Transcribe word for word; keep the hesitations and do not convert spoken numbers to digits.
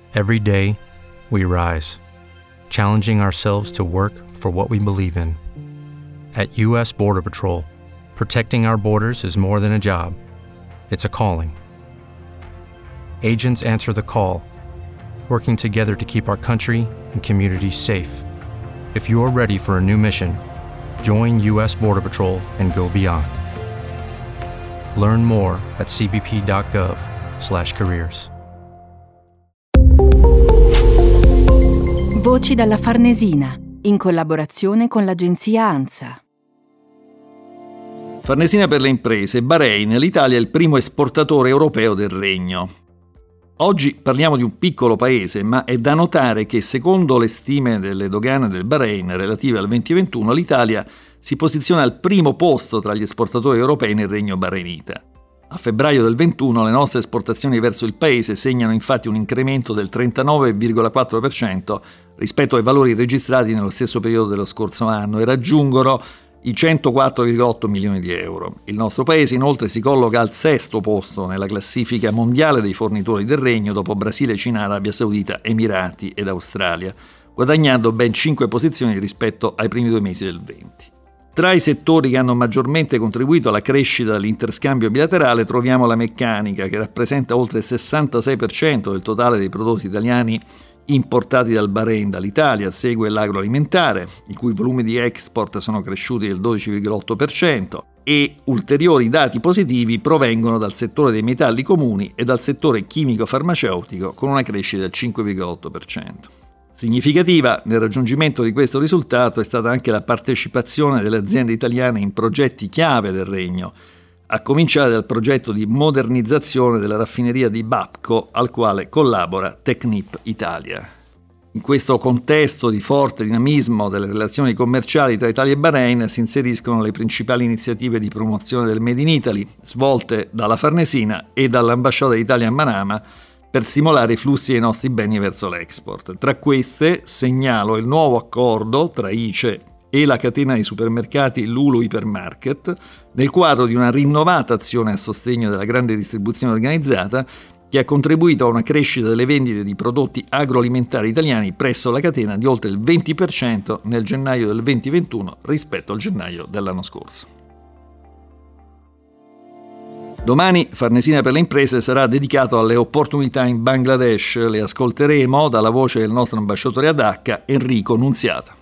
Every day, we rise, challenging ourselves to work for what we believe in. At U S Border Patrol, protecting our borders is more than a job. It's a calling. Agents answer the call, working together to keep our country and communities safe. If you are ready for a new mission, join U S Border Patrol and go beyond. Learn more at c b p dot gov slash careers. Voci dalla Farnesina, in collaborazione con l'agenzia ANSA. Farnesina per le imprese. Bahrain, l'Italia è il primo esportatore europeo del Regno. Oggi parliamo di un piccolo paese, ma è da notare che secondo le stime delle dogane del Bahrain relative al duemilaventuno, l'Italia si posiziona al primo posto tra gli esportatori europei nel Regno bahrainita. A febbraio del ventuno le nostre esportazioni verso il paese segnano infatti un incremento del trentanove virgola quattro per cento rispetto ai valori registrati nello stesso periodo dello scorso anno e raggiungono i centoquattro virgola otto milioni di euro. Il nostro paese inoltre si colloca al sesto posto nella classifica mondiale dei fornitori del Regno dopo Brasile, Cina, Arabia Saudita, Emirati ed Australia, guadagnando ben cinque posizioni rispetto ai primi due mesi del venti. Tra i settori che hanno maggiormente contribuito alla crescita dell'interscambio bilaterale troviamo la meccanica, che rappresenta oltre il sessantasei per cento del totale dei prodotti italiani importati dal Bahrain dall'Italia. Segue l'agroalimentare, i cui volumi di export sono cresciuti del dodici virgola otto per cento, e ulteriori dati positivi provengono dal settore dei metalli comuni e dal settore chimico-farmaceutico, con una crescita del cinque virgola otto per cento. Significativa nel raggiungimento di questo risultato è stata anche la partecipazione delle aziende italiane in progetti chiave del Regno, a cominciare dal progetto di modernizzazione della raffineria di Bapco, al quale collabora Technip Italia. In questo contesto di forte dinamismo delle relazioni commerciali tra Italia e Bahrain si inseriscono le principali iniziative di promozione del Made in Italy, svolte dalla Farnesina e dall'ambasciata d'Italia a Manama, per stimolare i flussi dei nostri beni verso l'export. Tra queste segnalo il nuovo accordo tra I C E e la catena di supermercati Lulu Hypermarket, nel quadro di una rinnovata azione a sostegno della grande distribuzione organizzata, che ha contribuito a una crescita delle vendite di prodotti agroalimentari italiani presso la catena di oltre il venti per cento nel gennaio del duemilaventuno rispetto al gennaio dell'anno scorso. Domani Farnesina per le imprese sarà dedicato alle opportunità in Bangladesh. Le ascolteremo dalla voce del nostro ambasciatore a Dhaka, Enrico Nunziata.